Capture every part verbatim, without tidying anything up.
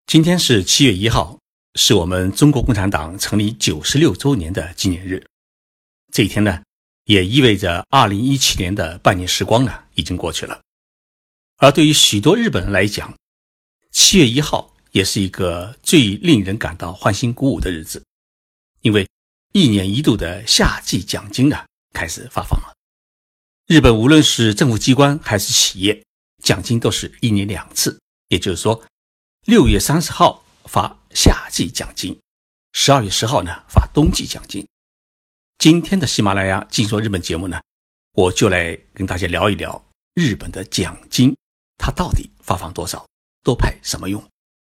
今天是七月一号，是我们中国共产党成立九十六周年的纪念日。这一天呢，也意味着二零一七年的半年时光呢已经过去了。而对于许多日本人来讲，七月一号也是一个最令人感到欢欣鼓舞的日子，因为一年一度的夏季奖金呢开始发放了。日本无论是政府机关还是企业，奖金都是一年两次，也就是说六月三十号发夏季奖金，十二月十号呢发冬季奖金。今天的喜马拉雅静说日本节目呢，我就来跟大家聊一聊日本的奖金，它到底发放多少，都派什么用。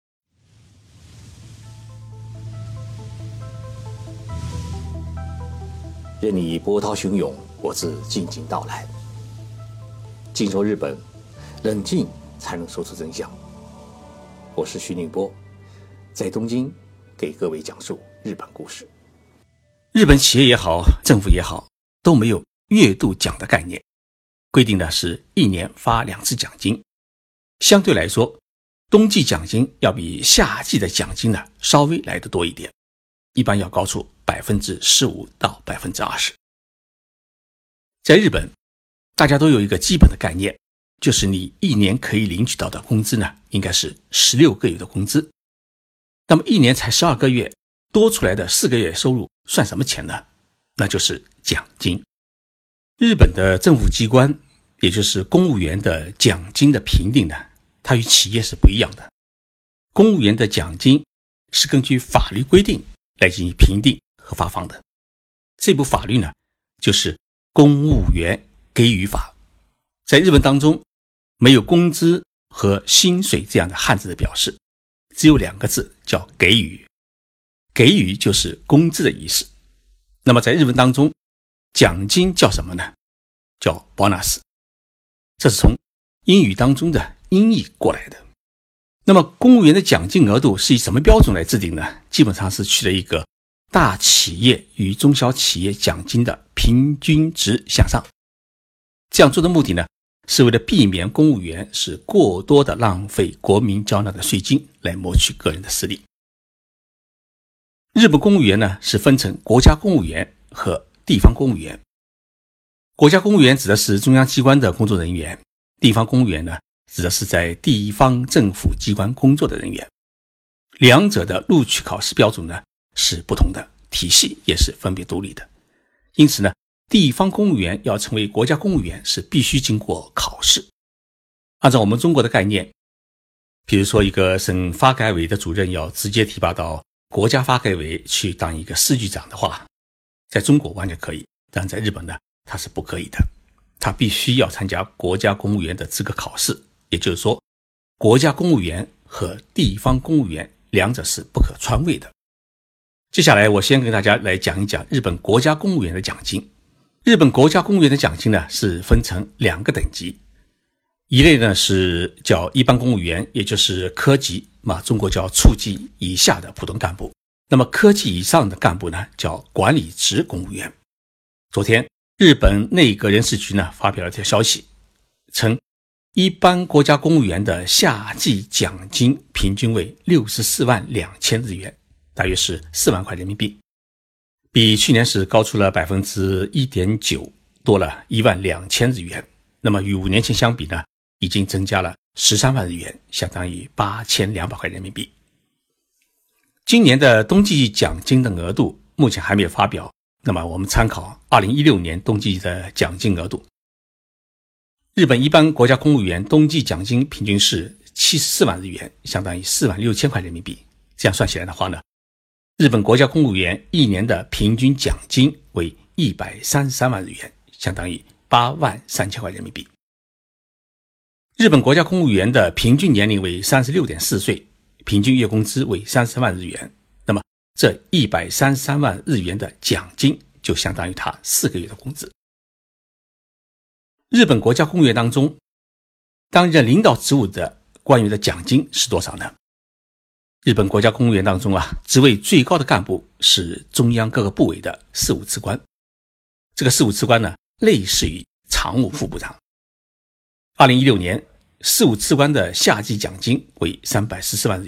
任你波涛汹涌，我自静静到来。静说日本，冷静才能说出真相。我是徐宁波，在东京给各位讲述日本故事。 日本企业也好，政府也好，都没有月度奖的概念，规定的是一年发两次奖金。相对来说，冬季奖金要比夏季的奖金呢稍微来得多一点，一般要高出百分之十五到百分之二十。在日本，大家都有一个基本的概念，就是你一年可以领取到的工资呢，应该是十六个月的工资。那么一年才十二个月，多出来的四个月收入算什么钱呢？那就是奖金。日本的政府机关，也就是公务员的奖金的评定呢，它与企业是不一样的。公务员的奖金是根据法律规定来进行评定和发放的。这部法律呢，就是《公务员给予法》。在日本当中，没有工资和薪水这样的汉字的表示，只有两个字叫给予。给予就是工资的意思。那么在日文当中，奖金叫什么呢？叫 bonus。 这是从英语当中的音译过来的。那么公务员的奖金额度是以什么标准来制定呢？基本上是取了一个大企业与中小企业奖金的平均值向上。这样做的目的呢，是为了避免公务员是过多的浪费国民交纳的税金来谋取个人的私利。日本公务员呢，是分成国家公务员和地方公务员。国家公务员指的是中央机关的工作人员，地方公务员呢，指的是在地方政府机关工作的人员。两者的录取考试标准呢是不同的，体系也是分别独立的。因此呢，地方公务员要成为国家公务员是必须经过考试。按照我们中国的概念，比如说一个省发改委的主任要直接提拔到国家发改委去当一个司局长的话，在中国完全可以，但在日本呢，他是不可以的。他必须要参加国家公务员的资格考试，也就是说，国家公务员和地方公务员两者是不可穿位的。接下来我先跟大家来讲一讲日本国家公务员的奖金。日本国家公务员的奖金呢是分成两个等级，一类呢是叫一般公务员，也就是科级嘛，中国叫处级以下的普通干部。那么科级以上的干部呢叫管理职公务员。昨天日本内阁人事局呢发表了一条消息，称一般国家公务员的夏季奖金平均为六十四万两千日元，大约是四万块人民币，比去年是高出了 百分之一点九， 多了一万两千日元。那么与五年前相比呢，已经增加了十三万日元，相当于八千两百块人民币。今年的冬季奖金的额度目前还没有发表，那么我们参考二零一六年冬季的奖金额度。日本一般国家公务员冬季奖金平均是七十四万日元，相当于四万六千块人民币。这样算起来的话呢，日本国家公务员一年的平均奖金为一百三十三万日元，相当于八万三千块人民币。日本国家公务员的平均年龄为 三十六点四岁，平均月工资为三十万日元。那么这一百三十三万日元的奖金就相当于他四个月的工资。日本国家公务员当中，担任领导职务的官员的奖金是多少呢？日本国家公务员当中啊，职位最高的干部是中央各个部委的事务次官。这个事务次官呢，类似于常务副部长。二零一六年，事务次官的夏季奖金为三百十四万日元，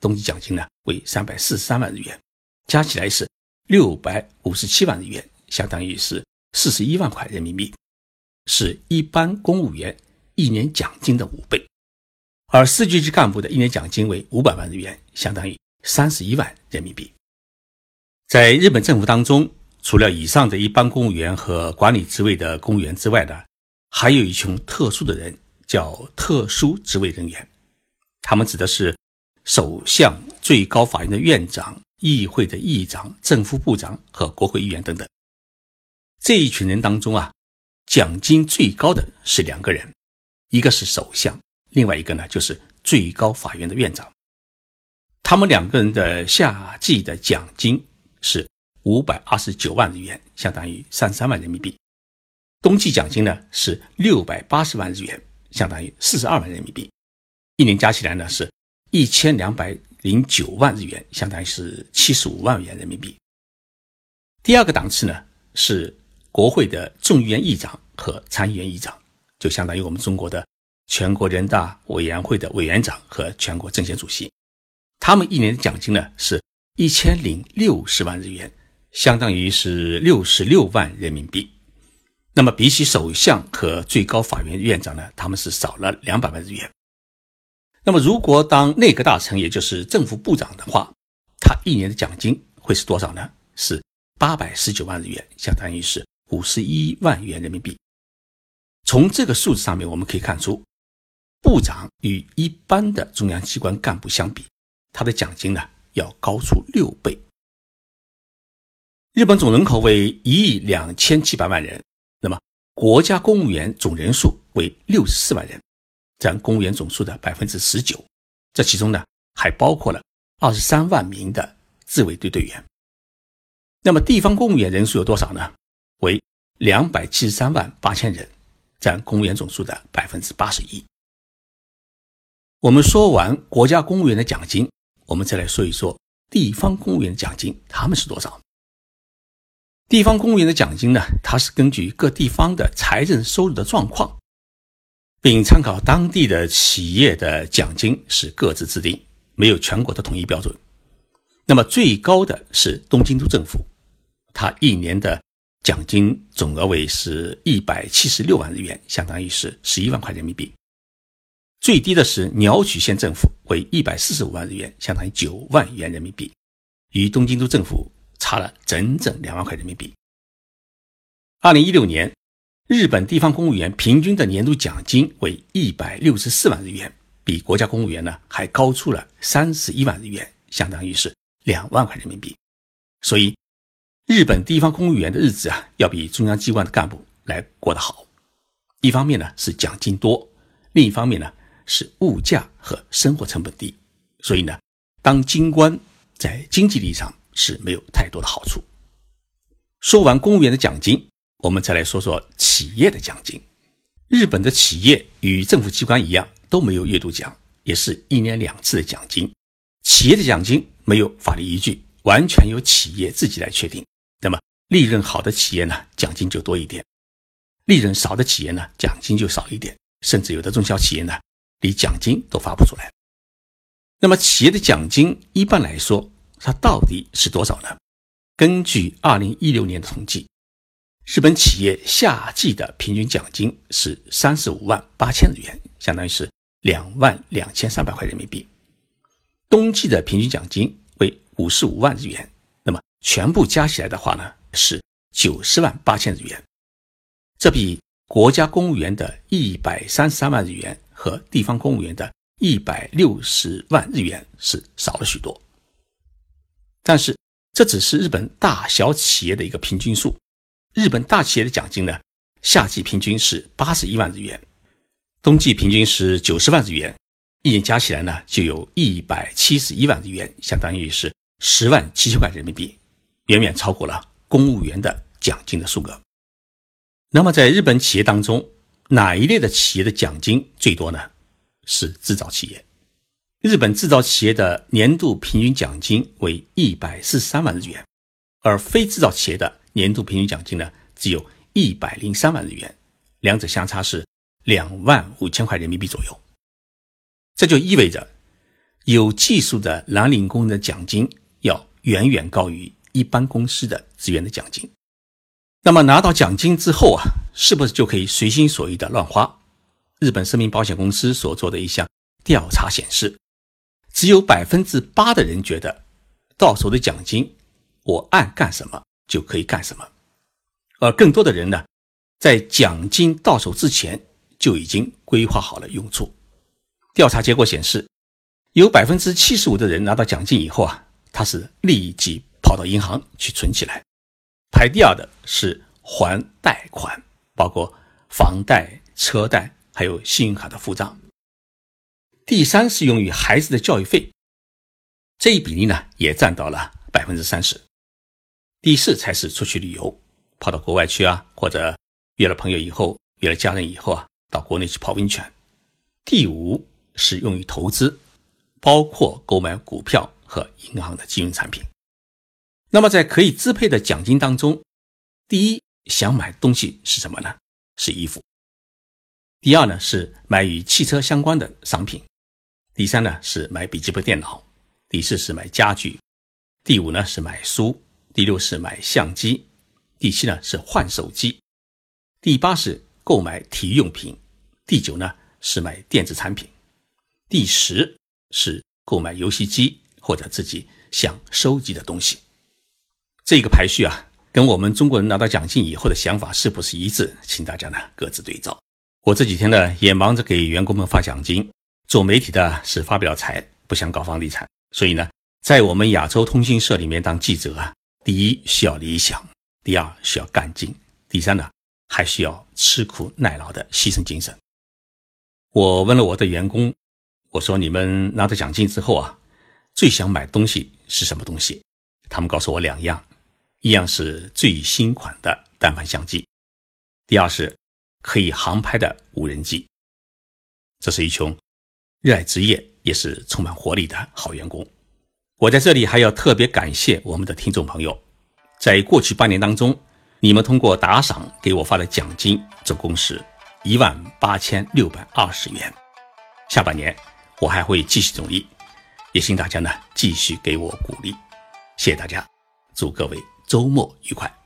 冬季奖金呢为三百四十三万日元，加起来是六百五十七万日元，相当于是四十一万块人民币，是一般公务员一年奖金的五倍。而司局级干部的一年奖金为五百万日元，相当于三十一万人民币。在日本政府当中，除了以上的一般公务员和管理职位的公务员之外呢，还有一群特殊的人，叫特殊职位人员。他们指的是首相、最高法院的院长、议会的议长、政府部长和国会议员等等。这一群人当中啊，奖金最高的是两个人，一个是首相，另外一个呢就是最高法院的院长。他们两个人的夏季的奖金是五百二十九万日元，相当于三十三万人民币。冬季奖金呢是六百八十万日元，相当于四十二万人民币。一年加起来呢是一千两百零九万日元，相当于是七十五万元人民币。第二个档次呢是国会的众议院议长和参议院议长，就相当于我们中国的全国人大委员会的委员长和全国政协主席。他们一年的奖金呢是一千零六十万日元，相当于是六十六万人民币。那么比起首相和最高法院院长呢，他们是少了两百万日元。那么如果当内阁大臣，也就是政府部长的话，他一年的奖金会是多少呢？是八百十九万日元，相当于是五十一万元人民币。从这个数字上面我们可以看出，部长与一般的中央机关干部相比，他的奖金呢要高出六倍。日本总人口为一亿两千七百万人，那么国家公务员总人数为六十四万人，占公务员总数的 百分之十九。 这其中呢还包括了二十三万名的自卫队队员。那么地方公务员人数有多少呢？为两百七十三万八千人，占公务员总数的 百分之八十一。 我们说完国家公务员的奖金，我们再来说一说地方公务员的奖金，他们是多少？地方公务员的奖金呢，它是根据各地方的财政收入的状况，并参考当地的企业的奖金是各自制定，没有全国的统一标准。那么最高的是东京都政府，它一年的奖金总额为是一百七十六万日元，相当于是十一万块人民币。最低的是鸟取县政府，为一百四十五万日元，相当于九万元人民币，与东京都政府差了整整两万块人民币。二零一六年，日本地方公务员平均的年度奖金为一百六十四万日元，比国家公务员呢还高出了三十一万日元，相当于是两万块人民币。所以日本地方公务员的日子啊，要比中央机关的干部来过得好。一方面呢是奖金多，另一方面呢是物价和生活成本低，所以呢当京官在经济力上是没有太多的好处。说完公务员的奖金，我们再来说说企业的奖金。日本的企业与政府机关一样，都没有月度奖，也是一年两次的奖金。企业的奖金没有法律依据，完全由企业自己来确定。那么利润好的企业呢，奖金就多一点；利润少的企业呢，奖金就少一点，甚至有的中小企业呢，连奖金都发不出来。那么企业的奖金一般来说，它到底是多少呢？根据二零一六年的统计，日本企业夏季的平均奖金是三十五万八千日元，相当于是两万两千三百块人民币。冬季的平均奖金为五十五万日元，那么全部加起来的话呢，是九十万八千日元。这比国家公务员的一百三十三万日元和地方公务员的一百六十万日元是少了许多。但是这只是日本大小企业的一个平均数。日本大企业的奖金呢，夏季平均是八十一万日元，冬季平均是九十万日元，一年加起来呢就有一百七十一万日元，相当于是十万七千块人民币，远远超过了公务员的奖金的数额。那么在日本企业当中，哪一类的企业的奖金最多呢？是制造企业。日本制造企业的年度平均奖金为一百四十三万日元，而非制造企业的年度平均奖金呢，只有一百零三万日元，两者相差是两万五千块人民币左右。这就意味着有技术的蓝领工人的奖金要远远高于一般公司的职员的奖金。那么拿到奖金之后啊，是不是就可以随心所欲的乱花？日本生命保险公司所做的一项调查显示，只有 百分之八 的人觉得到手的奖金我爱干什么就可以干什么，而更多的人呢，在奖金到手之前就已经规划好了用处。调查结果显示，有 百分之七十五 的人拿到奖金以后啊，他是立即跑到银行去存起来。排第二的是还贷款，包括房贷、车贷还有信用卡的付账。第三是用于孩子的教育费，这一比例呢也占到了 百分之三十。 第四才是出去旅游，跑到国外去啊，或者约了朋友以后，约了家人以后啊，到国内去泡温泉。第五是用于投资，包括购买股票和银行的金融产品。那么在可以支配的奖金当中，第一想买东西是什么呢？是衣服。第二呢是买与汽车相关的商品。第三呢是买笔记本电脑。第四是买家具。第五呢是买书。第六是买相机。第七呢是换手机。第八是购买体育用品。第九呢是买电子产品。第十是购买游戏机或者自己想收集的东西。这个排序啊，跟我们中国人拿到奖金以后的想法是不是一致，请大家呢各自对照。我这几天呢也忙着给员工们发奖金，做媒体的是发不了财，不想搞房地产，所以呢在我们亚洲通讯社里面当记者啊，第一需要理想，第二需要干劲，第三呢还需要吃苦耐劳的牺牲精神。我问了我的员工，我说你们拿到奖金之后啊，最想买东西是什么东西？他们告诉我两样，一样是最新款的单反相机，第二是可以航拍的无人机。这是一群热爱职业也是充满活力的好员工。我在这里还要特别感谢我们的听众朋友，在过去半年当中，你们通过打赏给我发的奖金总共是一万八千六百二十元。下半年我还会继续努力，也请大家呢继续给我鼓励。谢谢大家，祝各位周末愉快。